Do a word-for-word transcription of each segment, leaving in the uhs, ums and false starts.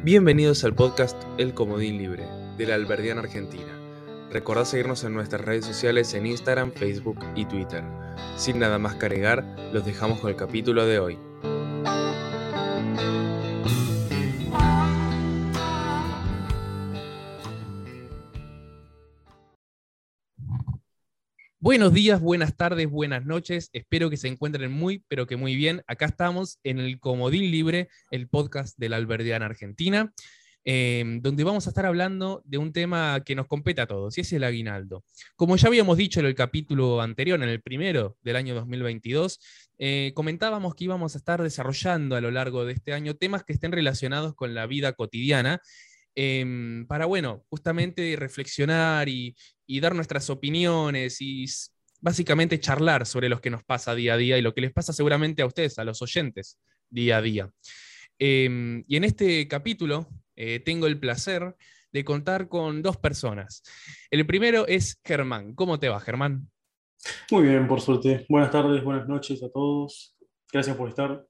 Bienvenidos al podcast El Comodín Libre, de la Alberdiana Argentina. Recordad seguirnos en nuestras redes sociales en Instagram, Facebook y Twitter. Sin nada más que agregar, los dejamos con el capítulo de hoy. Buenos días, buenas tardes, buenas noches. Espero que se encuentren muy, pero que muy bien. Acá estamos en el Comodín Libre, el podcast de la Alberdiana Argentina, eh, donde vamos a estar hablando de un tema que nos compete a todos, y es el aguinaldo. Como ya habíamos dicho en el capítulo anterior, en el primero del año dos mil veintidós, eh, comentábamos que íbamos a estar desarrollando a lo largo de este año temas que estén relacionados con la vida cotidiana, eh, para, bueno, justamente reflexionar y, y dar nuestras opiniones y s- básicamente charlar sobre lo que nos pasa día a día y lo que les pasa seguramente a ustedes, a los oyentes, día a día. Eh, y en este capítulo eh, tengo el placer de contar con dos personas. El primero es Germán. ¿Cómo te va, Germán? Muy bien, por suerte. Buenas tardes, buenas noches a todos. Gracias por estar.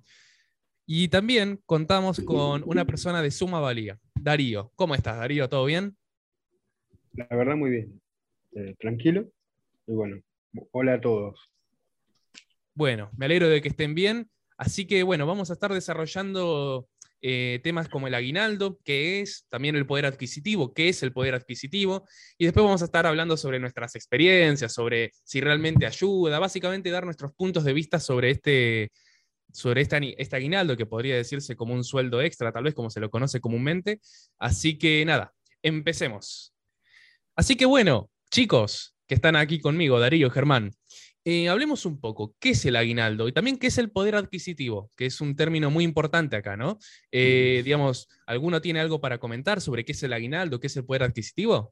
Y también contamos con una persona de suma valía, Darío. ¿Cómo estás, Darío? ¿Todo bien? La verdad, muy bien. Eh, tranquilo. Y bueno, hola a todos. Bueno, me alegro de que estén bien. Así que bueno, vamos a estar desarrollando eh, temas como el aguinaldo, qué es, también el poder adquisitivo, qué es el poder adquisitivo, y después vamos a estar hablando sobre nuestras experiencias, sobre si realmente ayuda, básicamente dar nuestros puntos de vista sobre este, sobre este, ani- este aguinaldo, que podría decirse como un sueldo extra, tal vez como se lo conoce comúnmente. Así que nada, empecemos. Así que bueno, chicos que están aquí conmigo, Darío, Germán, eh, hablemos un poco, ¿qué es el aguinaldo? Y también qué es el poder adquisitivo, que es un término muy importante acá, ¿no? Eh, digamos, ¿alguno tiene algo para comentar sobre qué es el aguinaldo, qué es el poder adquisitivo?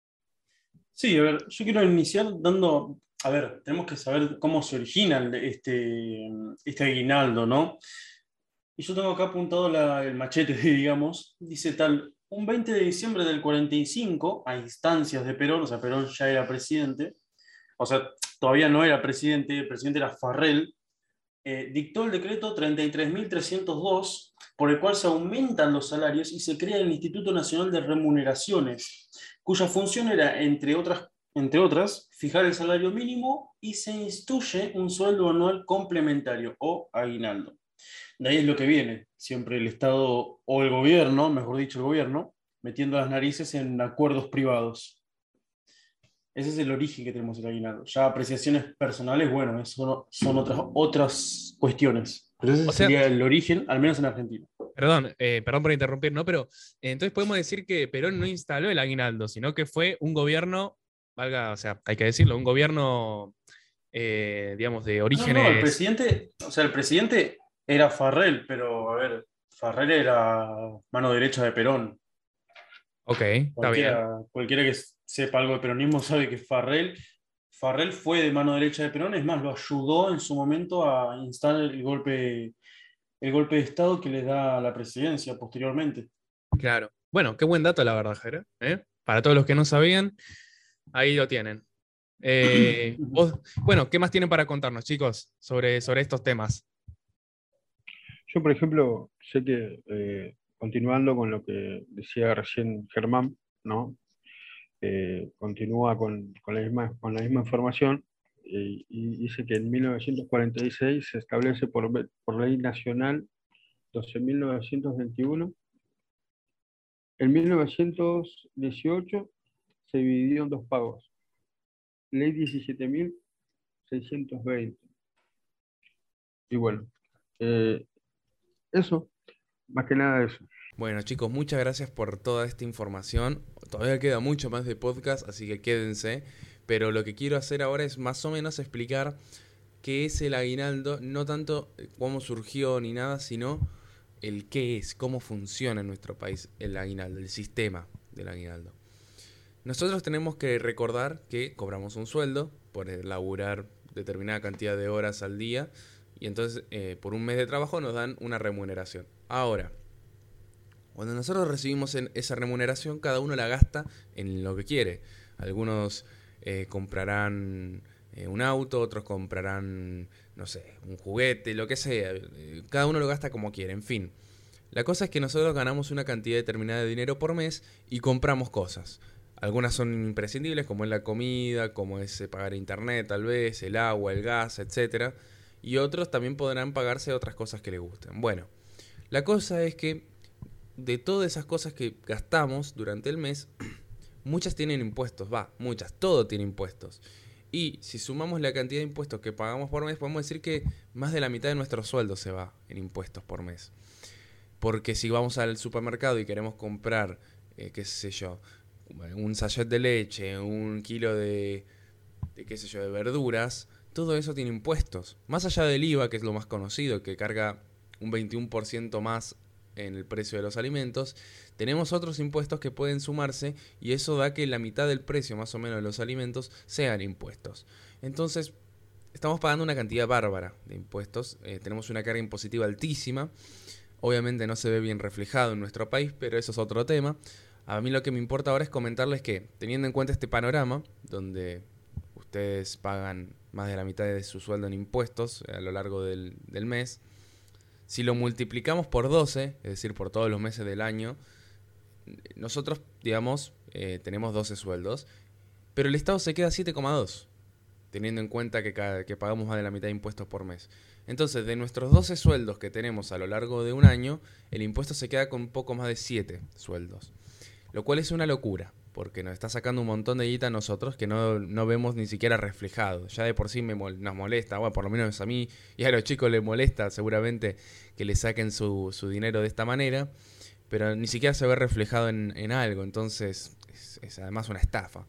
Sí, a ver, yo quiero iniciar dando, a ver, tenemos que saber cómo se origina el- este, este aguinaldo, ¿no? Y yo tengo acá apuntado la- el machete, digamos, dice tal, un veinte de diciembre del cuarenta y cinco, a instancias de Perón, o sea, Perón ya era presidente, o sea, todavía no era presidente, el presidente era Farrell, eh, dictó el decreto treinta y tres mil trescientos dos, por el cual se aumentan los salarios y se crea el Instituto Nacional de Remuneraciones, cuya función era, entre otras, entre otras, fijar el salario mínimo, y se instituye un sueldo anual complementario o aguinaldo. De ahí es lo que viene, siempre el Estado o el gobierno, mejor dicho el gobierno, metiendo las narices en acuerdos privados. Ese es el origen que tenemos el aguinaldo. Ya apreciaciones personales, bueno, eso son otras, otras cuestiones. Pero ese O sea, sería el origen, al menos en Argentina. perdón, eh, perdón por interrumpir, ¿no? Pero eh, entonces podemos decir que Perón no instaló el aguinaldo, sino que fue un gobierno, valga, o sea, hay que decirlo, un gobierno, eh, digamos, de No, no, el orígenes. presidente, o sea, el presidente era Farrell, pero a ver, Farrell era mano derecha de Perón. Ok, está bien. Cualquiera, cualquiera que sepa algo de peronismo sabe que Farrell, Farrell fue de mano derecha de Perón, es más, lo ayudó en su momento a instalar el golpe, el golpe de Estado que le da la presidencia posteriormente. Claro. Bueno, qué buen dato, la verdad, Jere, ¿eh? Para todos los que no sabían, ahí lo tienen. Eh, vos- bueno, ¿qué más tienen para contarnos, chicos, sobre, sobre estos temas? Yo, por ejemplo, sé que, eh, continuando con lo que decía recién Germán, ¿no? Eh, continúa con, con la misma, con la misma información, eh, y dice que en mil novecientos cuarenta y seis se establece por, ve- por ley nacional doce mil novecientos veintiuno. En mil novecientos dieciocho se dividió en dos pagos, ley diecisiete mil seiscientos veinte. Y bueno, eh, eso, más que nada eso. Bueno, chicos, muchas gracias por toda esta información. Todavía queda mucho más de podcast, así que quédense. Pero lo que quiero hacer ahora es más o menos explicar qué es el aguinaldo, no tanto cómo surgió ni nada, sino el qué es, cómo funciona en nuestro país el aguinaldo, el sistema del aguinaldo. Nosotros tenemos que recordar que cobramos un sueldo por laburar determinada cantidad de horas al día y entonces eh, por un mes de trabajo nos dan una remuneración. Ahora, cuando nosotros recibimos en esa remuneración, cada uno la gasta en lo que quiere. Algunos eh, comprarán eh, un auto, otros comprarán, no sé, un juguete, lo que sea. Eh, Cada uno lo gasta como quiere, en fin. La cosa es que nosotros ganamos una cantidad determinada de dinero por mes y compramos cosas. Algunas son imprescindibles, como es la comida, como es pagar internet tal vez, el agua, el gas, etcétera. Y otros también podrán pagarse otras cosas que les gusten. Bueno, la cosa es que de todas esas cosas que gastamos durante el mes, muchas tienen impuestos, va, muchas, todo tiene impuestos. Y si sumamos la cantidad de impuestos que pagamos por mes, podemos decir que más de la mitad de nuestro sueldo se va en impuestos por mes. Porque si vamos al supermercado y queremos comprar, eh, qué sé yo, un sachet de leche, un kilo de, de, qué sé yo, de verduras, todo eso tiene impuestos. Más allá del I V A, que es lo más conocido, que carga un veintiuno por ciento más en el precio de los alimentos, tenemos otros impuestos que pueden sumarse y eso da que la mitad del precio más o menos de los alimentos sean impuestos. Entonces, estamos pagando una cantidad bárbara de impuestos, eh, tenemos una carga impositiva altísima. Obviamente no se ve bien reflejado en nuestro país, pero eso es otro tema. A mí lo que me importa ahora es comentarles que, teniendo en cuenta este panorama, donde ustedes pagan más de la mitad de su sueldo en impuestos a lo largo del, del mes, si lo multiplicamos por doce, es decir, por todos los meses del año, nosotros, digamos, eh, tenemos doce sueldos, pero el Estado se queda siete coma dos, teniendo en cuenta que, cada, que pagamos más de la mitad de impuestos por mes. Entonces, de nuestros doce sueldos que tenemos a lo largo de un año, el impuesto se queda con un poco más de siete sueldos. Lo cual es una locura, porque nos está sacando un montón de guita a nosotros que no, no vemos ni siquiera reflejado. Ya de por sí me mol- nos molesta, bueno, por lo menos a mí y a los chicos les molesta seguramente que le saquen su, su dinero de esta manera, pero ni siquiera se ve reflejado en, en algo, entonces es, es además una estafa.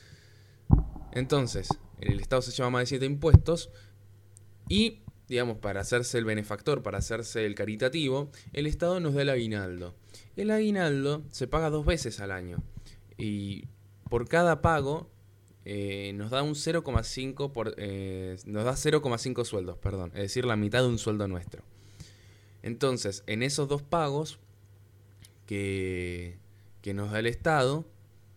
Entonces, el Estado se lleva más de siete impuestos y, digamos, para hacerse el benefactor, para hacerse el caritativo, el Estado nos da el aguinaldo. El aguinaldo se paga dos veces al año y por cada pago eh, nos da un cero coma cinco por, eh, nos da cero coma cinco sueldos, perdón, es decir, la mitad de un sueldo nuestro. Entonces, en esos dos pagos que, que nos da el Estado,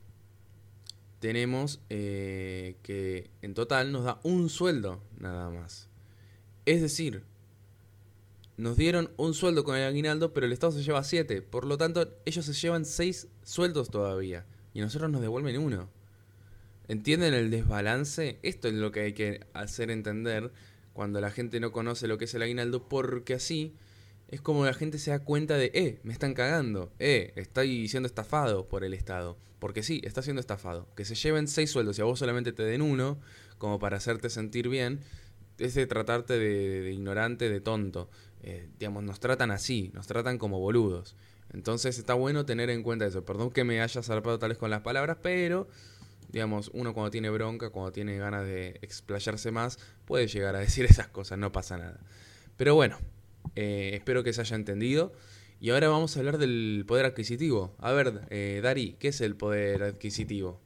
tenemos eh, que en total nos da un sueldo nada más. Es decir, nos dieron un sueldo con el aguinaldo, pero el Estado se lleva siete. Por lo tanto, ellos se llevan seis sueldos todavía. Y a nosotros nos devuelven uno. ¿Entienden el desbalance? Esto es lo que hay que hacer entender cuando la gente no conoce lo que es el aguinaldo, porque así es como la gente se da cuenta de, eh, me están cagando, eh, estoy siendo estafado por el Estado. Porque sí, está siendo estafado. Que se lleven seis sueldos y a vos solamente te den uno, como para hacerte sentir bien, es de tratarte de, de ignorante, de tonto. Eh, digamos, nos tratan así, nos tratan como boludos. Entonces está bueno tener en cuenta eso. Perdón que me haya zarpado tal vez con las palabras, pero, digamos, uno cuando tiene bronca, cuando tiene ganas de explayarse más, puede llegar a decir esas cosas, no pasa nada. Pero bueno, eh, espero que se haya entendido. Y ahora vamos a hablar del poder adquisitivo. A ver, eh, Dari, ¿qué es el poder adquisitivo?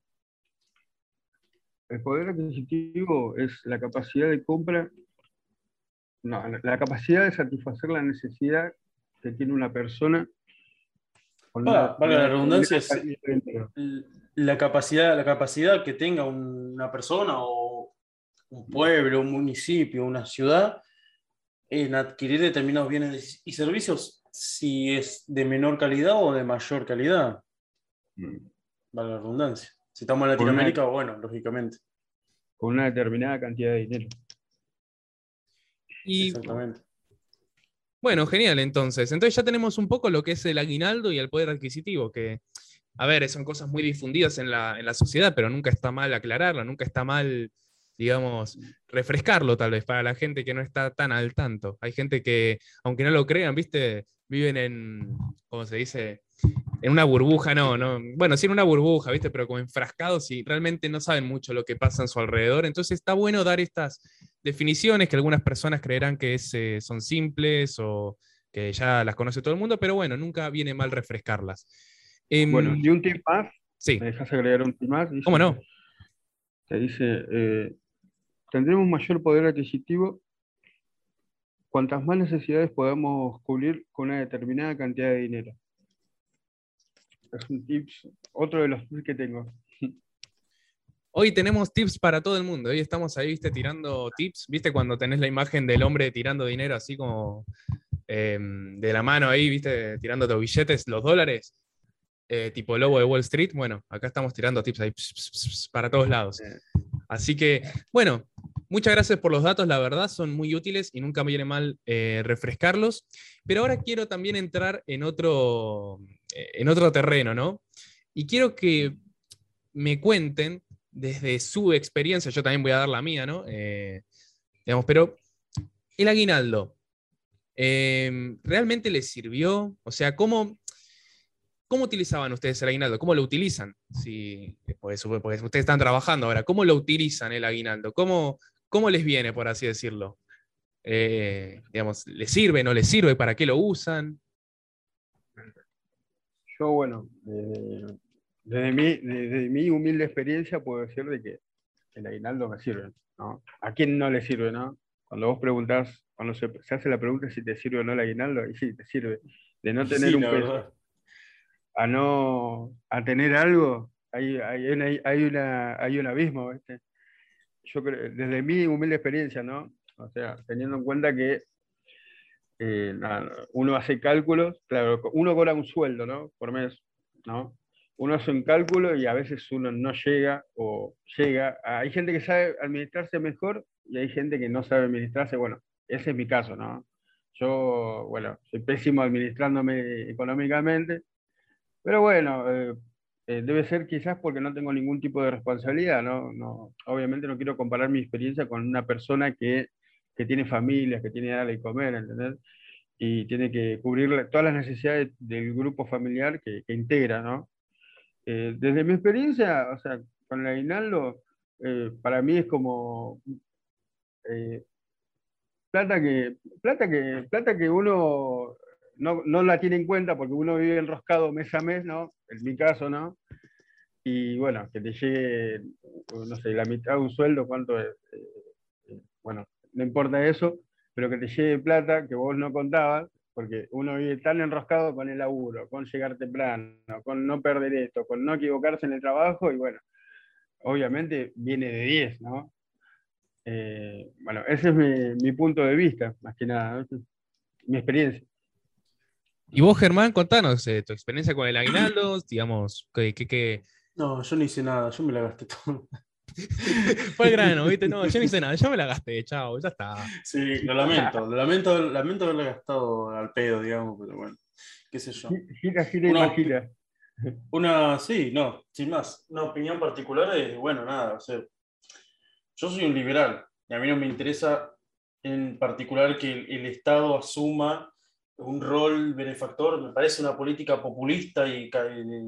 El poder adquisitivo es la capacidad de compra, no, la, la capacidad de satisfacer la necesidad que tiene una persona con una Ah, valga la redundancia, determinada es cantidad de dinero. la capacidad, la capacidad que tenga una persona o un pueblo, un municipio, una ciudad en adquirir determinados bienes y servicios, si es de menor calidad o de mayor calidad. Mm. Valga la redundancia. Si estamos en Con una, Latinoamérica, bueno, lógicamente. con una determinada cantidad de dinero. Y Exactamente. bueno, genial entonces. Entonces ya tenemos un poco lo que es el aguinaldo y el poder adquisitivo, que, a ver, son cosas muy difundidas en la, en la sociedad, pero nunca está mal aclararlo, nunca está mal, digamos, refrescarlo tal vez para la gente que no está tan al tanto. Hay gente que, aunque no lo crean, viste, viven en, ¿cómo se dice? En una burbuja, no, no, bueno, sí en una burbuja, ¿viste? Pero como enfrascados y realmente no saben mucho lo que pasa en su alrededor. Entonces está bueno dar estas definiciones que algunas personas creerán que es, eh, son simples o que ya las conoce todo el mundo, pero bueno, nunca viene mal refrescarlas. Eh, Bueno, y un tip más, sí, me dejas agregar un tip más, dice, ¿cómo no? te dice, eh, tendremos mayor poder adquisitivo cuantas más necesidades podamos cubrir con una determinada cantidad de dinero. Es un tips, otro de los tips que tengo. Hoy tenemos tips para todo el mundo. Hoy estamos ahí, viste, tirando tips. ¿Viste cuando tenés la imagen del hombre tirando dinero así como eh, de la mano ahí, viste, tirando los billetes, los dólares, eh, tipo lobo de Wall Street. Bueno, acá estamos tirando tips ahí ps, ps, ps, para todos lados. Así que, bueno, muchas gracias por los datos, la verdad, son muy útiles y nunca me viene mal eh, refrescarlos. Pero ahora quiero también entrar en otro, en otro terreno, ¿no? Y quiero que me cuenten desde su experiencia, yo también voy a dar la mía, ¿no? Eh, digamos, pero el aguinaldo, eh, ¿realmente les sirvió? O sea, ¿cómo, ¿cómo utilizaban ustedes el aguinaldo? ¿Cómo lo utilizan? Si, pues, porque ustedes están trabajando ahora, ¿cómo lo utilizan el aguinaldo? ¿Cómo, cómo les viene, por así decirlo? Eh, digamos, ¿les sirve, no les sirve? ¿Para qué lo usan? Yo, bueno, desde, desde mi, desde mi humilde experiencia puedo decir de que el aguinaldo me sirve, ¿no? ¿A quién no le sirve, no? Cuando vos preguntás, cuando se, se hace la pregunta si te sirve o no el aguinaldo, y sí, te sirve. De no tener Sí, un la peso verdad. a no a tener algo, hay, hay, una, hay, una, hay un abismo, ¿viste? Yo creo, desde mi humilde experiencia, ¿no? O sea, teniendo en cuenta que eh, nada, uno hace cálculos, claro, uno cobra un sueldo, ¿no? Por mes, ¿no? Uno hace un cálculo y a veces uno no llega o llega. Hay gente que sabe administrarse mejor y hay gente que no sabe administrarse. Bueno, ese es mi caso, ¿no? Yo, bueno, soy pésimo administrándome económicamente, pero bueno, eh, eh, debe ser quizás porque no tengo ningún tipo de responsabilidad, ¿no? No, obviamente no quiero comparar mi experiencia con una persona que, que tiene familias, que tiene que darle de comer, ¿entendés? Y tiene que cubrir todas las necesidades del grupo familiar que, que integra, ¿no? Eh, desde mi experiencia, o sea, con el aguinaldo, eh, para mí es como eh, plata que, plata que, plata que uno no, no la tiene en cuenta porque uno vive enroscado mes a mes, ¿no? En mi caso, ¿no? Y bueno, que te llegue, no sé, la mitad de un sueldo, ¿cuánto es? Eh, bueno, no importa eso, pero que te llegue plata que vos no contabas, porque uno vive tan enroscado con el laburo, con llegar temprano, con no perder esto, con no equivocarse en el trabajo, y bueno, obviamente viene de diez, ¿no? Eh, bueno, ese es mi, mi punto de vista, más que nada, ¿no? Mi experiencia. Y vos, Germán, contanos eh, tu experiencia con el aguinaldo, digamos, que, que, que... No, yo no hice nada, yo me la gasté todo. Fue el grano, ¿viste? No, yo no hice nada, yo me la gasté, chao, ya está. Sí, lo lamento, lo lamento, lamento haberla gastado al pedo, digamos, pero bueno, qué sé yo. Gira, gira y Una, más opi- gira. una, sí, no, sin más, una opinión particular es, bueno, nada, o sea, yo soy un liberal y a mí no me interesa en particular que el, el Estado asuma un rol benefactor, me parece una política populista y ca-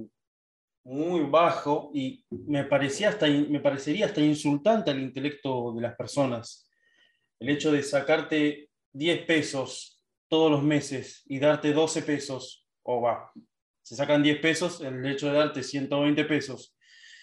muy bajo y me, parecía hasta, me parecería hasta insultante al intelecto de las personas. El hecho de sacarte diez pesos todos los meses y darte doce pesos, o va, se sacan diez pesos, el hecho de darte ciento veinte pesos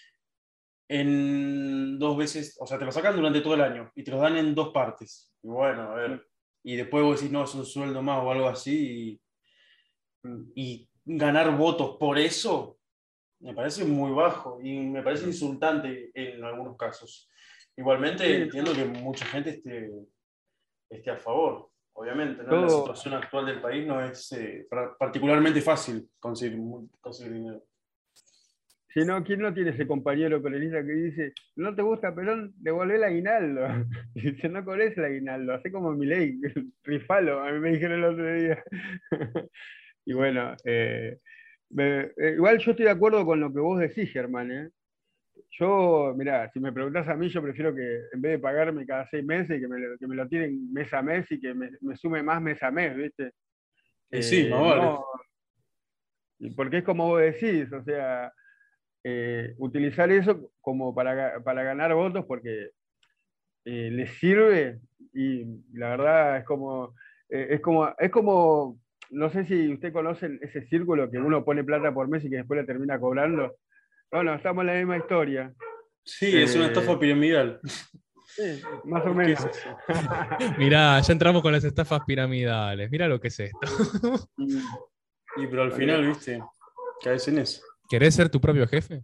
en dos veces, o sea, te lo sacan durante todo el año y te los dan en dos partes. Y bueno, a ver, y después vos decís, no, es un sueldo más o algo así, y, y ganar votos por eso me parece muy bajo y me parece insultante en algunos casos. Igualmente Sí, entiendo que mucha gente esté, esté a favor. Obviamente, ¿no? En la todo, situación actual del país no es eh, particularmente fácil conseguir, conseguir dinero. si no, ¿quién no tiene ese compañero peronista que dice, no te gusta Perón, devolvé el aguinaldo? Dice, no cobrés el aguinaldo, hace como Milei, rifalo, a mí me dijeron el otro día. Y bueno, eh, me- eh, igual yo estoy de acuerdo con lo que vos decís, Germán, ¿eh? Yo, mirá, si me preguntás a mí, yo prefiero que en vez de pagarme cada seis meses, que me, lo- que me lo tiren mes a mes y que me, me sume más mes a mes, ¿viste? Y sí, más Eh, vale. no, y porque es como vos decís, o sea, eh, utilizar eso como para, ga- para ganar votos porque eh, les sirve y la verdad es como, eh, es como, es como, no sé si usted conoce ese círculo que uno pone plata por mes y que después le termina cobrando. Bueno, estamos en la misma historia. Sí, es una Eh, estafa piramidal. sí, más o ¿Qué menos. es eso? Mirá, ya entramos con las estafas piramidales, mirá lo que es esto. Y, Y pero al final, olvidate. viste, caes en eso. ¿Querés ser tu propio jefe?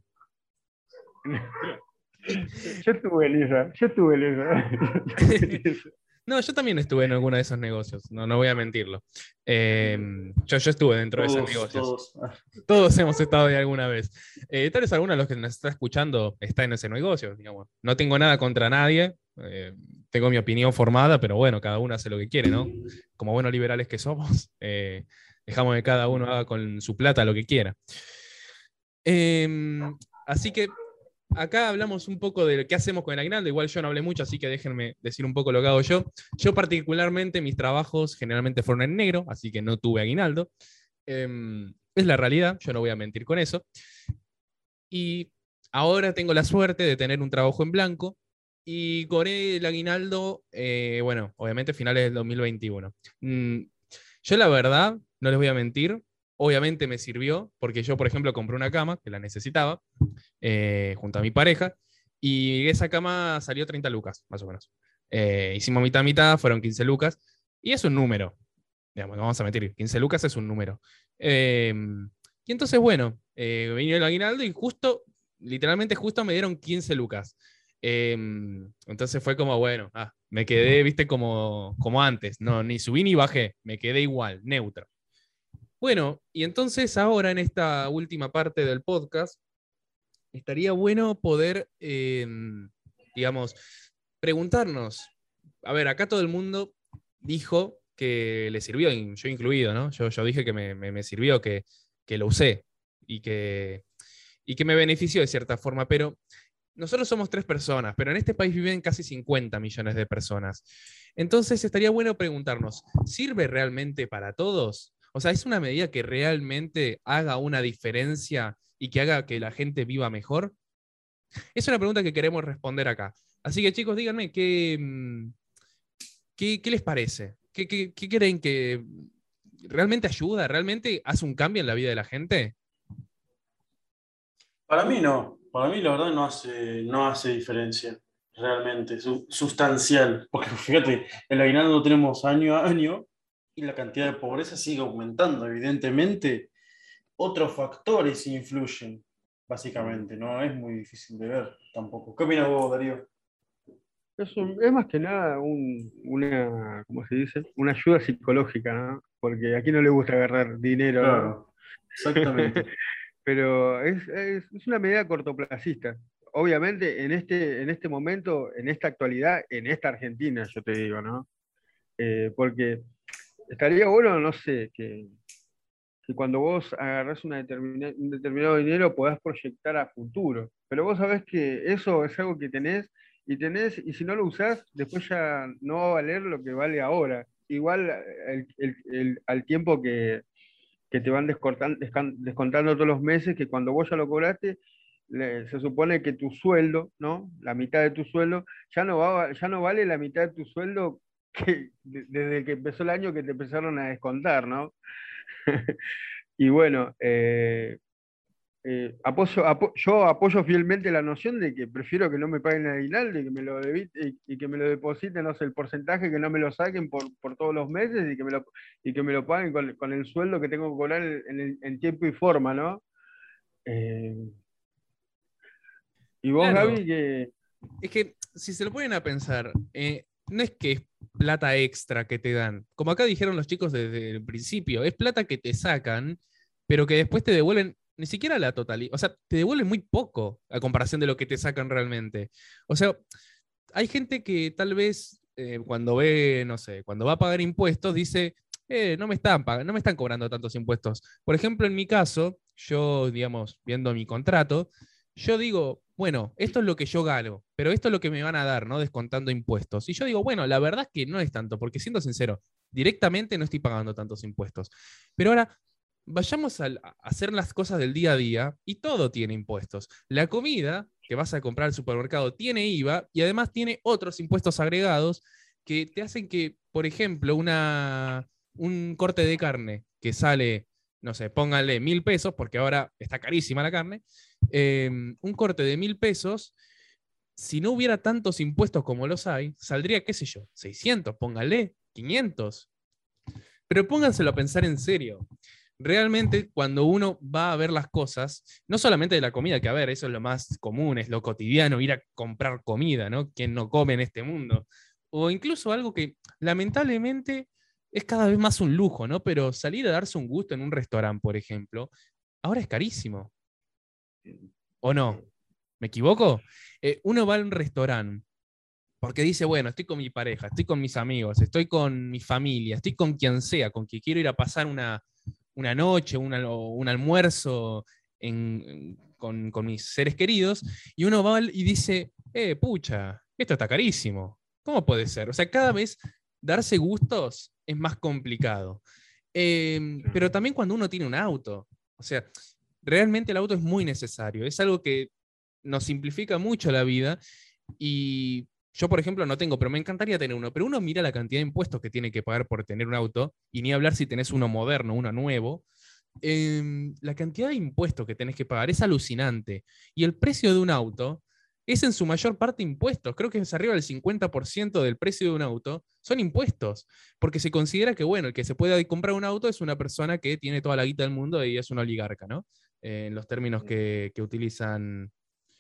Yo estuve en esa, yo estuve en esa. Yo estuve en esa. No, yo también estuve en alguno de esos negocios, no, no voy a mentirlo. Eh, yo, yo estuve dentro Todos, de esos negocios. todos. Ah, Todos hemos estado ahí alguna vez. Eh, tal vez alguno de los que nos está escuchando está en ese negocio, digamos. No tengo nada contra nadie, eh, tengo mi opinión formada, pero bueno, cada uno hace lo que quiere, ¿no? Como buenos liberales que somos, eh, dejamos que cada uno haga con su plata lo que quiera. Eh, así que acá hablamos un poco de qué hacemos con el aguinaldo. Igual yo no hablé mucho, así que déjenme decir un poco lo que hago yo. Yo particularmente, mis trabajos generalmente fueron en negro, así que no tuve aguinaldo. Eh, es la realidad, yo no voy a mentir con eso. Y ahora tengo la suerte de tener un trabajo en blanco y cobré el aguinaldo, eh, bueno, obviamente finales del dos mil veintiuno. Mm, yo la verdad, no les voy a mentir, obviamente me sirvió, porque yo, por ejemplo, compré una cama, que la necesitaba, eh, junto a mi pareja, y esa cama salió treinta lucas, más o menos. Eh, hicimos mitad mitad, fueron quince lucas, y es un número, digamos, no vamos a mentir, quince lucas es un número. Eh, y entonces, bueno, eh, vino el aguinaldo y justo, literalmente justo me dieron quince lucas. Eh, entonces fue como, bueno, ah, me quedé, viste, como, como antes, no, ni subí ni bajé, me quedé igual, neutro. Bueno, y entonces ahora en esta última parte del podcast, estaría bueno poder, eh, digamos, preguntarnos. A ver, acá todo el mundo dijo que le sirvió, yo incluido, ¿no? Yo, yo dije que me, me, me sirvió, que, que lo usé y que, y que me benefició de cierta forma, pero nosotros somos tres personas, pero en este país viven casi cincuenta millones de personas. Entonces estaría bueno preguntarnos, ¿sirve realmente para todos? O sea, ¿es una medida que realmente haga una diferencia y que haga que la gente viva mejor? Es una pregunta que queremos responder acá. Así que chicos, díganme, ¿qué, qué, qué les parece? ¿Qué, qué, qué creen que realmente ayuda? ¿Realmente hace un cambio en la vida de la gente? Para mí no, para mí la verdad no hace, no hace diferencia, realmente, su- sustancial. Porque fíjate, el aguinaldo lo tenemos año a año y la cantidad de pobreza sigue aumentando. Evidentemente, otros factores influyen, básicamente, no es muy difícil de ver tampoco. ¿Qué opinas vos, Darío? Es, un- es más que nada un- una, ¿cómo se dice? Una ayuda psicológica, ¿no? Porque aquí no le gusta agarrar dinero, ¿no? Claro, exactamente. Pero es, es, es una medida cortoplacista. Obviamente, en este, en este momento, en esta actualidad, en esta Argentina, yo te digo, ¿no? Eh, porque estaría bueno, no sé, que, que cuando vos agarrás una determina- un determinado dinero podás proyectar a futuro. Pero vos sabés que eso es algo que tenés y tenés, y si no lo usás, después ya no va a valer lo que vale ahora. Igual el- el- el- al tiempo que, que te van descortan- descan- descontando todos los meses, que cuando vos ya lo cobraste, le- se supone que tu sueldo, ¿no? La mitad de tu sueldo, ya no va, ya no vale la mitad de tu sueldo que, de- desde que empezó el año que te empezaron a descontar, ¿no? Y bueno, eh, eh, apoyo, apo- yo apoyo fielmente la noción de que prefiero que no me paguen el aguinaldo y que me lo debite, y, y que me lo depositen, no sé, el porcentaje, que no me lo saquen por, por todos los meses y que me lo, y que me lo paguen con, con el sueldo que tengo que cobrar en, el- en tiempo y forma, ¿no? Eh, y vos, Claro, Gaby, que es que si se lo ponen a pensar, eh, no es que es plata extra que te dan. Como acá dijeron los chicos desde el principio, es plata que te sacan, pero que después te devuelven ni siquiera la totalidad. O sea, te devuelven muy poco a comparación de lo que te sacan realmente. O sea, hay gente que tal vez eh, cuando ve, no sé, cuando va a pagar impuestos, dice, eh, no me están pag- no me están cobrando tantos impuestos. Por ejemplo, en mi caso, yo, digamos, viendo mi contrato, yo digo, bueno, esto es lo que yo gano, pero esto es lo que me van a dar, ¿no? Descontando impuestos. Y yo digo, bueno, la verdad es que no es tanto, porque siendo sincero, directamente no estoy pagando tantos impuestos. Pero ahora, vayamos al- a hacer las cosas del día a día y todo tiene impuestos. La comida que vas a comprar al supermercado tiene I V A y además tiene otros impuestos agregados que te hacen que, por ejemplo, una, un corte de carne que sale, no sé, pónganle mil pesos, porque ahora está carísima la carne, eh, un corte de mil pesos, si no hubiera tantos impuestos como los hay, saldría, qué sé yo, seiscientos, pónganle, quinientos. Pero pónganselo a pensar en serio. Realmente, cuando uno va a ver las cosas, no solamente de la comida, que a ver, eso es lo más común, es lo cotidiano, ir a comprar comida, ¿no? Quien no come en este mundo. o incluso algo que lamentablemente es cada vez más un lujo, ¿no? Pero salir a darse un gusto en un restaurante, por ejemplo, ahora es carísimo. ¿O no? ¿Me equivoco? Eh, uno va a un restaurante porque dice, bueno, estoy con mi pareja, estoy con mis amigos, estoy con mi familia, estoy con quien sea, con quien quiero ir a pasar una, una noche, una, un almuerzo en, con, con mis seres queridos, y uno va y dice, eh, pucha, esto está carísimo. ¿Cómo puede ser? O sea, cada vez darse gustos es más complicado. Eh, pero también cuando uno tiene un auto, o sea, realmente el auto es muy necesario, es algo que nos simplifica mucho la vida y yo, por ejemplo, no tengo, pero me encantaría tener uno. Pero uno mira la cantidad de impuestos que tiene que pagar por tener un auto, y ni hablar si tenés uno moderno, uno nuevo. Eh, la cantidad de impuestos que tenés que pagar es alucinante. Y el precio de un auto es en su mayor parte impuestos. Creo que es arriba del cincuenta por ciento del precio de un auto son impuestos. Porque se considera que, bueno, el que se puede comprar un auto es una persona que tiene toda la guita del mundo y es un oligarca, ¿no? Eh, en los términos que, que utilizan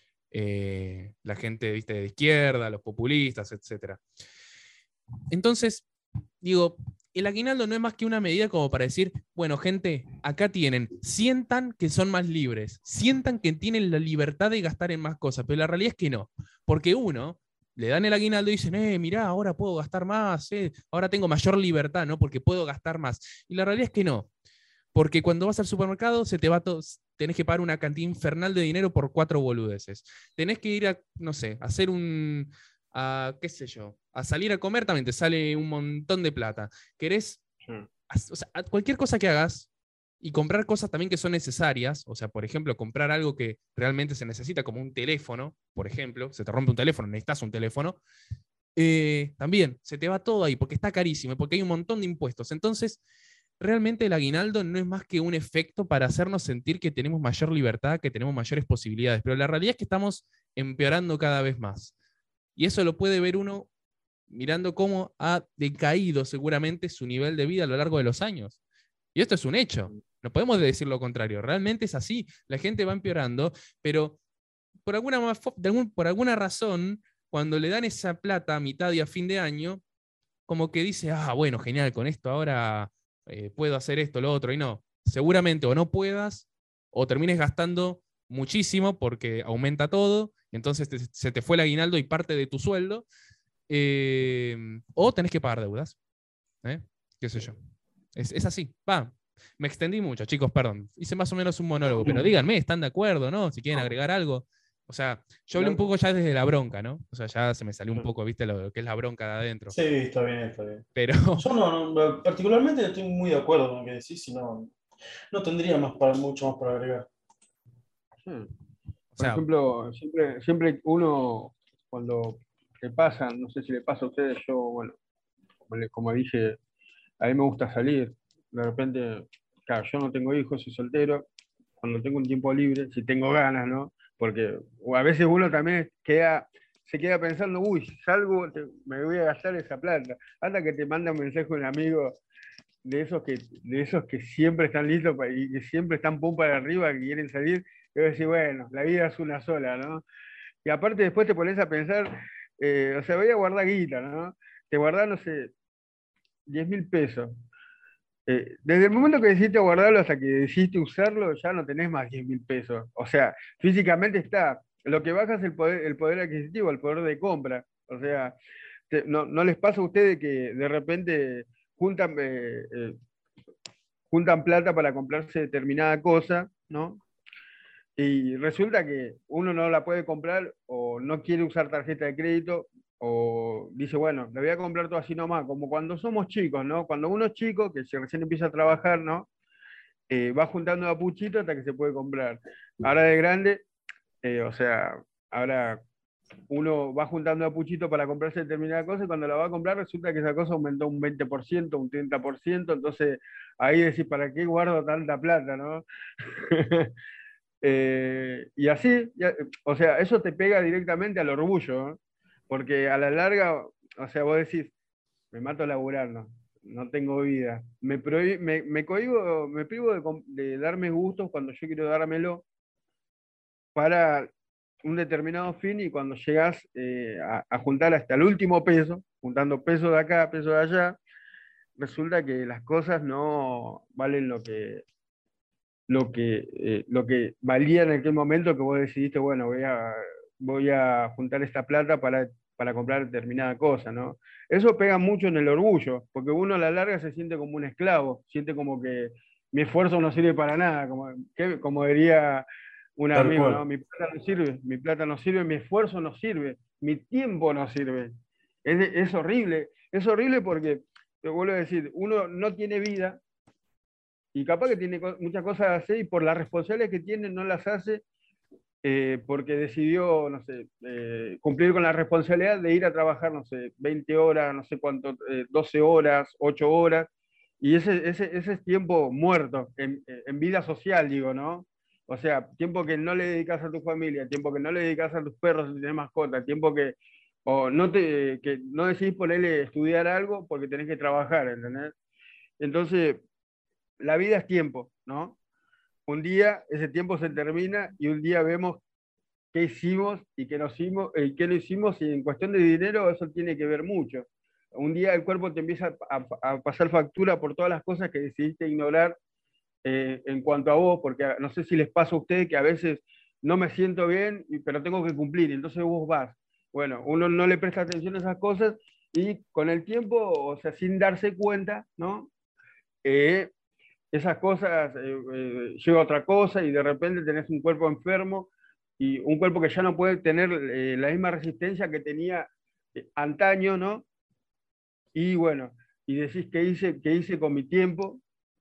eh, la gente, viste, de izquierda, los populistas, etcétera. Entonces, digo, el aguinaldo no es más que una medida como para decir, bueno, gente, acá tienen, sientan que son más libres, sientan que tienen la libertad de gastar en más cosas, pero la realidad es que no, porque uno le dan el aguinaldo y dicen, eh, mirá, ahora puedo gastar más, eh, ahora tengo mayor libertad, ¿no? Porque puedo gastar más. Y la realidad es que no, porque cuando vas al supermercado se te va todo, tenés que pagar una cantidad infernal de dinero por cuatro boludeces. Tenés que ir a, no sé, a hacer un, a, qué sé yo, a salir a comer también te sale un montón de plata. Querés, Sí. o sea, cualquier cosa que hagas y comprar cosas también que son necesarias, o sea, por ejemplo, comprar algo que realmente se necesita, como un teléfono, por ejemplo, se te rompe un teléfono, necesitas un teléfono, eh, también se te va todo ahí porque está carísimo, porque hay un montón de impuestos. Entonces, realmente el aguinaldo no es más que un efecto para hacernos sentir que tenemos mayor libertad, que tenemos mayores posibilidades, pero la realidad es que estamos empeorando cada vez más. Y eso lo puede ver uno mirando cómo ha decaído seguramente su nivel de vida a lo largo de los años. Y esto es un hecho. No podemos decir lo contrario. Realmente es así. La gente va empeorando, pero por alguna, por alguna razón, cuando le dan esa plata a mitad y a fin de año, como que dice, ah, bueno, genial, con esto ahora eh, puedo hacer esto, lo otro, y no. Seguramente o no puedas, o termines gastando muchísimo porque aumenta todo, entonces te, se te fue el aguinaldo y parte de tu sueldo, eh, o tenés que pagar deudas. ¿eh? ¿Qué sé yo? Es, es así. Va, me extendí mucho, chicos, perdón. Hice más o menos un monólogo, pero díganme, ¿están de acuerdo, no? Si quieren agregar algo. O sea, yo hablé un poco ya desde la bronca, ¿no? O sea, ya se me salió un poco, ¿viste? Lo, lo que es la bronca de adentro. Sí, está bien, está bien. Pero, Yo no, no, particularmente estoy muy de acuerdo con lo que decís y no, no tendría más para, mucho más para agregar. Sí. o Por sea, ejemplo, siempre, siempre uno, cuando le pasa, no sé si le pasa a ustedes, yo, bueno, como, le- como dije, a mí me gusta salir. De repente, claro, yo no tengo hijos, soy soltero. Cuando tengo un tiempo libre, si tengo ganas, ¿no? Porque o a veces uno también queda, se queda pensando, uy, si salgo, te- me voy a gastar esa plata. Hasta que te manda un mensaje un amigo de esos que, de esos que siempre están listos pa- y que siempre están pum para arriba, que quieren salir, y vos decís, bueno, la vida es una sola, ¿no? Y aparte después te pones a pensar, eh, o sea, voy a guardar guita, ¿no? Te guardás, no sé, diez mil pesos. Eh, desde el momento que decidiste guardarlo hasta que decidiste usarlo, ya no tenés más diez mil pesos. O sea, físicamente está. Lo que baja es el poder, el poder adquisitivo, el poder de compra. O sea, te- no, no les pasa a ustedes que de repente juntan, eh, eh, juntan plata para comprarse determinada cosa, ¿no? Y resulta que uno no la puede comprar o no quiere usar tarjeta de crédito o dice, bueno, le voy a comprar todo así nomás, como cuando somos chicos, ¿no? Cuando uno es chico, que se recién empieza a trabajar, ¿no? Eh, va juntando a puchito hasta que se puede comprar. Ahora de grande, eh, o sea, ahora uno va juntando a puchito para comprarse determinada cosa y cuando la va a comprar resulta que esa cosa aumentó un veinte por ciento, un treinta por ciento, entonces ahí decís, ¿para qué guardo tanta plata, no? Eh, y así, ya- o sea, eso te pega directamente al orgullo, ¿no? Porque a la larga, o sea, vos decís, me mato laburando, no tengo vida, me, prohí- me, me cohibo, me privo de, com- de darme gustos cuando yo quiero dármelo para un determinado fin y cuando llegas eh, a, a juntar hasta el último peso, juntando pesos de acá, pesos de allá, resulta que las cosas no valen lo que, lo que, eh, lo que valía en aquel momento que vos decidiste, bueno, voy a, voy a juntar esta plata para, para comprar determinada cosa, ¿no? Eso pega mucho en el orgullo, porque uno a la larga se siente como un esclavo, siente como que mi esfuerzo no sirve para nada, como, que, como diría un Tal amigo, ¿no? cual. Mi plata no sirve, mi plata no sirve, mi esfuerzo no sirve, mi tiempo no sirve. Es, es horrible, es horrible porque, te vuelvo a decir, uno no tiene vida y capaz que tiene co- muchas cosas a hacer y por las responsabilidades que tiene no las hace eh, porque decidió, no sé, eh, cumplir con la responsabilidad de ir a trabajar, no sé, veinte horas, no sé cuánto, eh, doce horas, ocho horas, y ese, ese, ese es tiempo muerto, en, en vida social, digo, ¿no? O sea, tiempo que no le dedicas a tu familia, tiempo que no le dedicas a tus perros si tienes mascota, tiempo que o no, te, que no decidís ponerle estudiar algo porque tenés que trabajar, ¿entendés? Entonces, la vida es tiempo, ¿no? Un día ese tiempo se termina y un día vemos qué hicimos y qué no hicimos, eh, qué no hicimos, y en cuestión de dinero eso tiene que ver mucho. Un día el cuerpo te empieza a, a pasar factura por todas las cosas que decidiste ignorar eh, en cuanto a vos, porque no sé si les pasa a ustedes que a veces no me siento bien, pero tengo que cumplir, entonces vos vas. Bueno, uno no le presta atención a esas cosas y con el tiempo, o sea, sin darse cuenta, ¿no? Eh, esas cosas eh, eh, llega otra cosa y de repente tenés un cuerpo enfermo y un cuerpo que ya no puede tener eh, la misma resistencia que tenía eh, antaño, ¿no? Y bueno, y decís, ¿qué hice, qué hice con mi tiempo?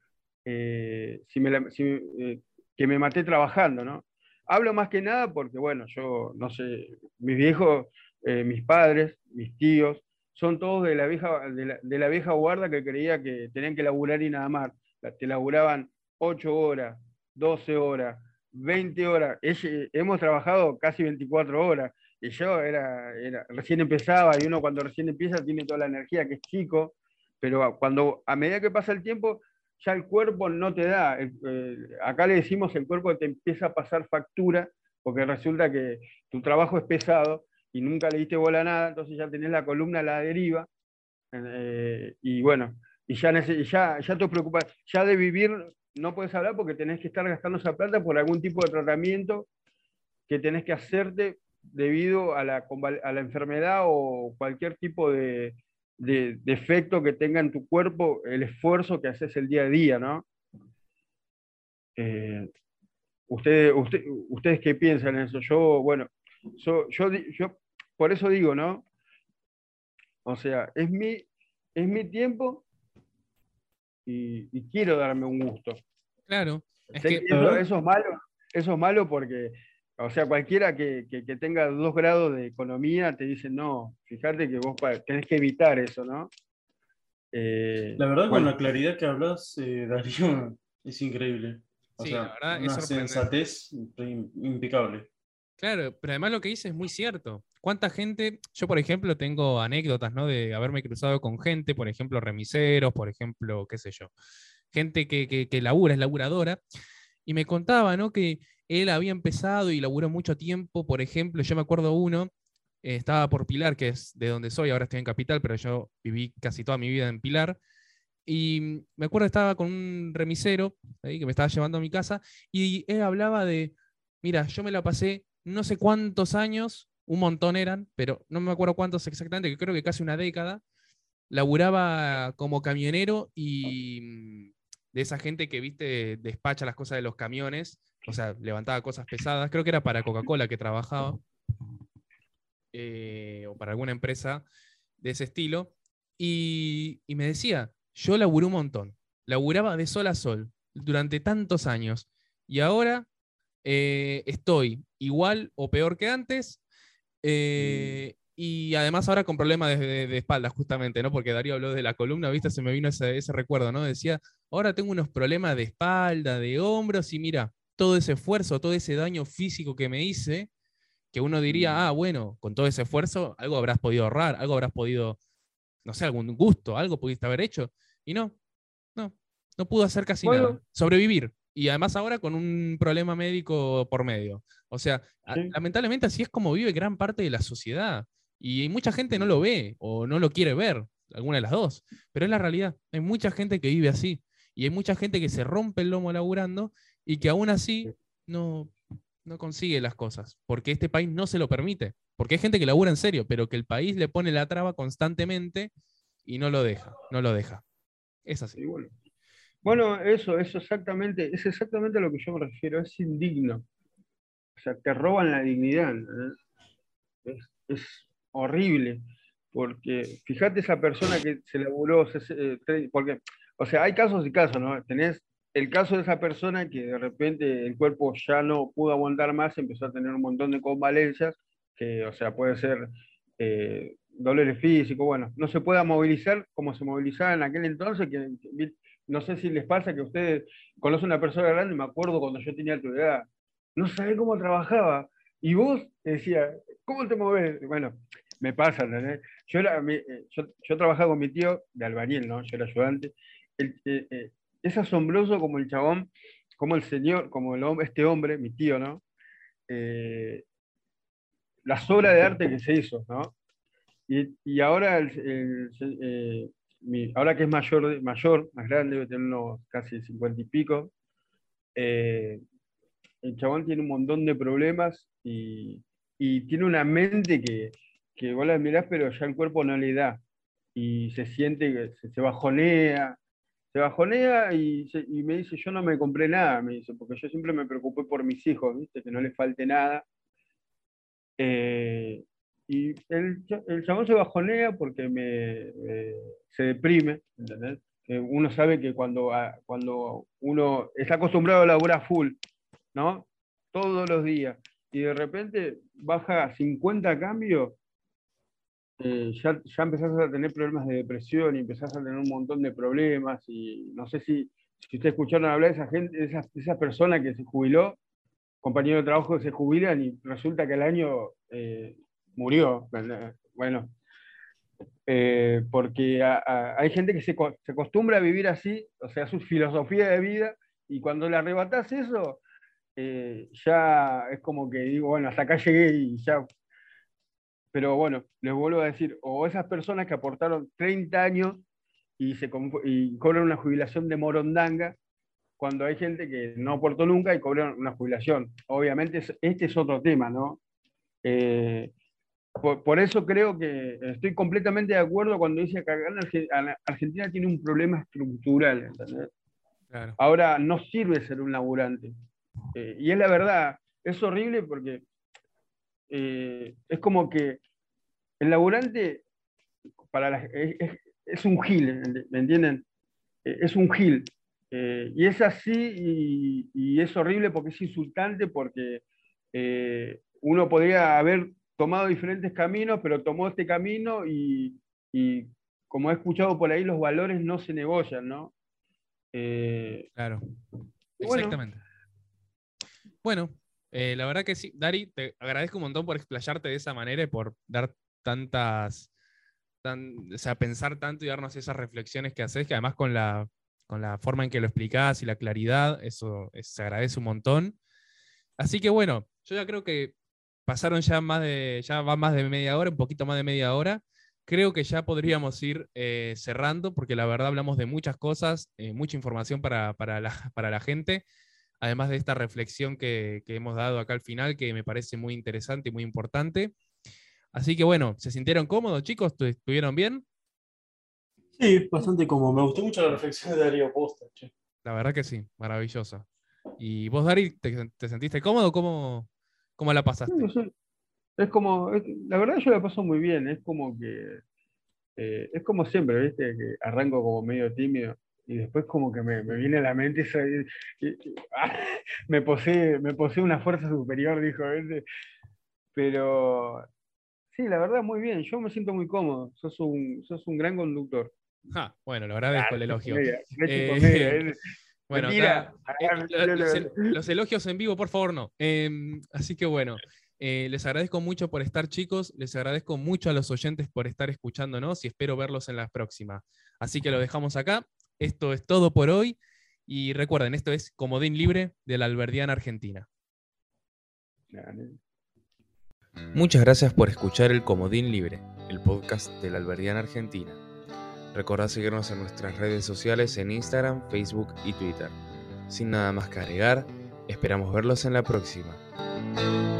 Eh, si me la- si, eh, que me maté trabajando, ¿no? Hablo más que nada porque, bueno, yo, no sé, mis viejos, eh, mis padres, mis tíos, son todos de la vieja, de la, de la vieja guarda que creía que tenían que laburar y nada más. Te laburaban ocho horas, doce horas, veinte horas. Ella- hemos trabajado casi veinticuatro horas. Y yo era, era, recién empezaba, y uno cuando recién empieza tiene toda la energía que es chico, pero cuando a medida que pasa el tiempo ya el cuerpo no te da. El, eh, acá le decimos el cuerpo te empieza a pasar factura, porque resulta que tu trabajo es pesado y nunca le diste bola a nada, entonces ya tenés la columna a la deriva, eh, y bueno, y ya, ya, ya te preocupas, ya de vivir no puedes hablar porque tenés que estar gastando esa plata por algún tipo de tratamiento que tenés que hacerte debido a la, a la enfermedad o cualquier tipo de, de, de efecto que tenga en tu cuerpo el esfuerzo que haces el día a día, ¿no? Eh, usted, usted, ¿Ustedes qué piensan en eso? Yo, bueno, so, yo, yo por eso digo, ¿no? O sea, es mi, es mi tiempo y, y quiero darme un gusto. Claro, es Sé que, que La eso, verdad, eso es malo, eso es malo porque, o sea, cualquiera que, que, que tenga dos grados de economía te dice, no, fíjate que vos tenés que evitar eso, ¿no? Eh, la verdad con bueno, la claridad que hablas, eh, Darío, es increíble. O sí, la sea, verdad es una sorprendente. sensatez im- impecable. Claro, pero además lo que dice es muy cierto. ¿Cuánta gente? Yo, por ejemplo, tengo anécdotas, ¿no? De haberme cruzado con gente, por ejemplo, remiseros, por ejemplo, qué sé yo. Gente que, que, que labura, es laburadora, y me contaba, ¿no? Que él había empezado y laburó mucho tiempo, por ejemplo, yo me acuerdo uno, eh, estaba por Pilar, que es de donde soy, ahora estoy en Capital, pero yo viví casi toda mi vida en Pilar, y me acuerdo que estaba con un remisero ahí que me estaba llevando a mi casa y él hablaba de, mira, yo me la pasé no sé cuántos años, un montón eran, pero no me acuerdo cuántos exactamente, que creo que casi una década, laburaba como camionero y mm, de esa gente que, viste, despacha las cosas de los camiones, o sea, levantaba cosas pesadas, creo que era para Coca-Cola que trabajaba, eh, o para alguna empresa de ese estilo, y, y me decía, yo laburé un montón, laburaba de sol a sol durante tantos años, y ahora eh, estoy igual o peor que antes, eh, y además ahora con problemas de, de, de espalda, justamente, ¿no? Porque Darío habló de la columna, ¿viste? Se me vino ese, ese recuerdo, ¿no? Decía, ahora tengo unos problemas de espalda, de hombros, y mira, todo ese esfuerzo, todo ese daño físico que me hice, que uno diría, ah, bueno, con todo ese esfuerzo, algo habrás podido ahorrar, algo habrás podido, no sé, algún gusto, algo pudiste haber hecho. Y no, no, no pudo hacer casi nada. bueno, Sobrevivir. Y además ahora con un problema médico por medio. O sea, a- sí. lamentablemente así es como vive gran parte de la sociedad. Y mucha gente no lo ve o no lo quiere ver, alguna de las dos, pero es la realidad. Hay mucha gente que vive así y hay mucha gente que se rompe el lomo laburando y que aún así no, no consigue las cosas, porque este país no se lo permite, porque hay gente que labura en serio, pero que el país le pone la traba constantemente y no lo deja, no lo deja. Es así. Y bueno, bueno, eso, eso exactamente, es exactamente a lo que yo me refiero, es indigno. O sea, te roban la dignidad, ¿entendés? Es, es horrible, porque fíjate esa persona que se laburó, se- se- eh, tre- porque, o sea, hay casos y casos, ¿no? Tenés el caso de esa persona que de repente el cuerpo ya no pudo aguantar más, empezó a tener un montón de convalencias, que, o sea, puede ser eh, dolores físicos, bueno, no se pueda movilizar como se movilizaba en aquel entonces, que, que- no sé si les pasa que ustedes conocen a una persona grande, me acuerdo cuando yo tenía tu edad, no sabés cómo trabajaba, y vos decías, ¿cómo te movés? Bueno, me pasa, ¿entendés? Yo, era, mi- eh, yo, yo trabajaba con mi tío de albañil, ¿no? Yo era ayudante. El- eh, eh, es asombroso como el chabón, como el señor, como el, hom- este hombre, mi tío, ¿no? Eh, las obras de arte que se hizo, ¿no? Y, y ahora, el, el- eh, mi- ahora que es mayor, mayor, más grande, debe tener unos casi cincuenta y pico, eh, el chabón tiene un montón de problemas y, y tiene una mente que, que vos la mirás, pero ya el cuerpo no le da. Y se siente que se, se bajonea, se bajonea y, se- y me dice, yo no me compré nada, me dice, porque yo siempre me preocupé por mis hijos, ¿viste? Que no les falte nada. Eh, y el, cha- el chabón se bajonea porque me, eh, se deprime, ¿entendés? Que uno sabe que cuando, a- cuando uno está acostumbrado a laburar full, ¿no? Todos los días, y de repente baja a cincuenta cambios, eh, ya, ya empezás a tener problemas de depresión y empezás a tener un montón de problemas, y no sé si, si ustedes escucharon hablar de esa gente, de esa, de esa persona que se jubiló, compañero de trabajo que se jubilan y resulta que al año eh, murió. Bueno, eh, porque a- a- hay gente que se, co- se acostumbra a vivir así, o sea, su filosofía de vida, y cuando le arrebatás eso, eh, ya es como que digo, bueno, hasta acá llegué y ya. Pero bueno, les vuelvo a decir, o esas personas que aportaron treinta años y, se, conf- y cobran una jubilación de morondanga, cuando hay gente que no aportó nunca y cobran una jubilación. Obviamente es- este es otro tema, ¿no? Eh, por, por eso creo que estoy completamente de acuerdo cuando dice que acá en Arge- Ar- Argentina tiene un problema estructural, ¿entendés? Claro. Ahora no sirve ser un laburante. Eh, y es la verdad, es horrible porque eh, es como que el laburante para la- es, es- es un gil, ¿me entienden? Eh, es un gil. Eh, y es así y, y es horrible porque es insultante porque eh, uno podría haber tomado diferentes caminos, pero tomó este camino y, y como he escuchado por ahí, los valores no se negocian, ¿no? Eh, Claro, y bueno, exactamente. Bueno, eh, la verdad que sí, Dari, te agradezco un montón por explayarte de esa manera y por dar tantas, tan, o sea, pensar tanto y darnos esas reflexiones que haces, que además con la, con la forma en que lo explicás y la claridad, eso es- se agradece un montón. Así que bueno, yo ya creo que pasaron ya más de, ya va más de media hora, un poquito más de media hora. Creo que ya podríamos ir eh, cerrando, porque la verdad hablamos de muchas cosas, eh, mucha información para, para la, para la gente, además de esta reflexión que, que hemos dado acá al final, que me parece muy interesante y muy importante. Así que bueno, ¿se sintieron cómodos, chicos? ¿Tu- ¿Estuvieron bien? Sí, bastante cómodo. Me gustó mucho la reflexión de Darío Posta, che. La verdad que sí, maravillosa. ¿Y vos, Dari, te, te sentiste cómodo? ¿Cómo, cómo la pasaste? no sé, es como, es- la verdad yo la paso muy bien, es como que, eh, es como siempre, ¿viste? Que arranco como medio tímido y después como que me, me viene a la mente esa, y- y- ah, me posee, me posee una fuerza superior, dijo, ¿viste? Pero sí, la verdad muy bien, yo me siento muy cómodo, sos un, sos un gran conductor. Ja, bueno, le agradezco Ah, el re chupa elogio. media, re chupa media, Eh, ¿eh? bueno, Mentira. acá eh, Ah, lo- mentira, los, la el- verdad. los elogios en vivo, por favor, no. Eh, así que bueno, eh, les agradezco mucho por estar, chicos. Les agradezco mucho a los oyentes por estar escuchándonos y espero verlos en la próxima. Así que lo dejamos acá. Esto es todo por hoy. Y recuerden, esto es Comodín Libre de la Alberdiana Argentina. Nah, Muchas gracias por escuchar El Comodín Libre, el podcast de la Alberdiana Argentina. Recordá seguirnos en nuestras redes sociales en Instagram, Facebook y Twitter. Sin nada más que agregar, esperamos verlos en la próxima.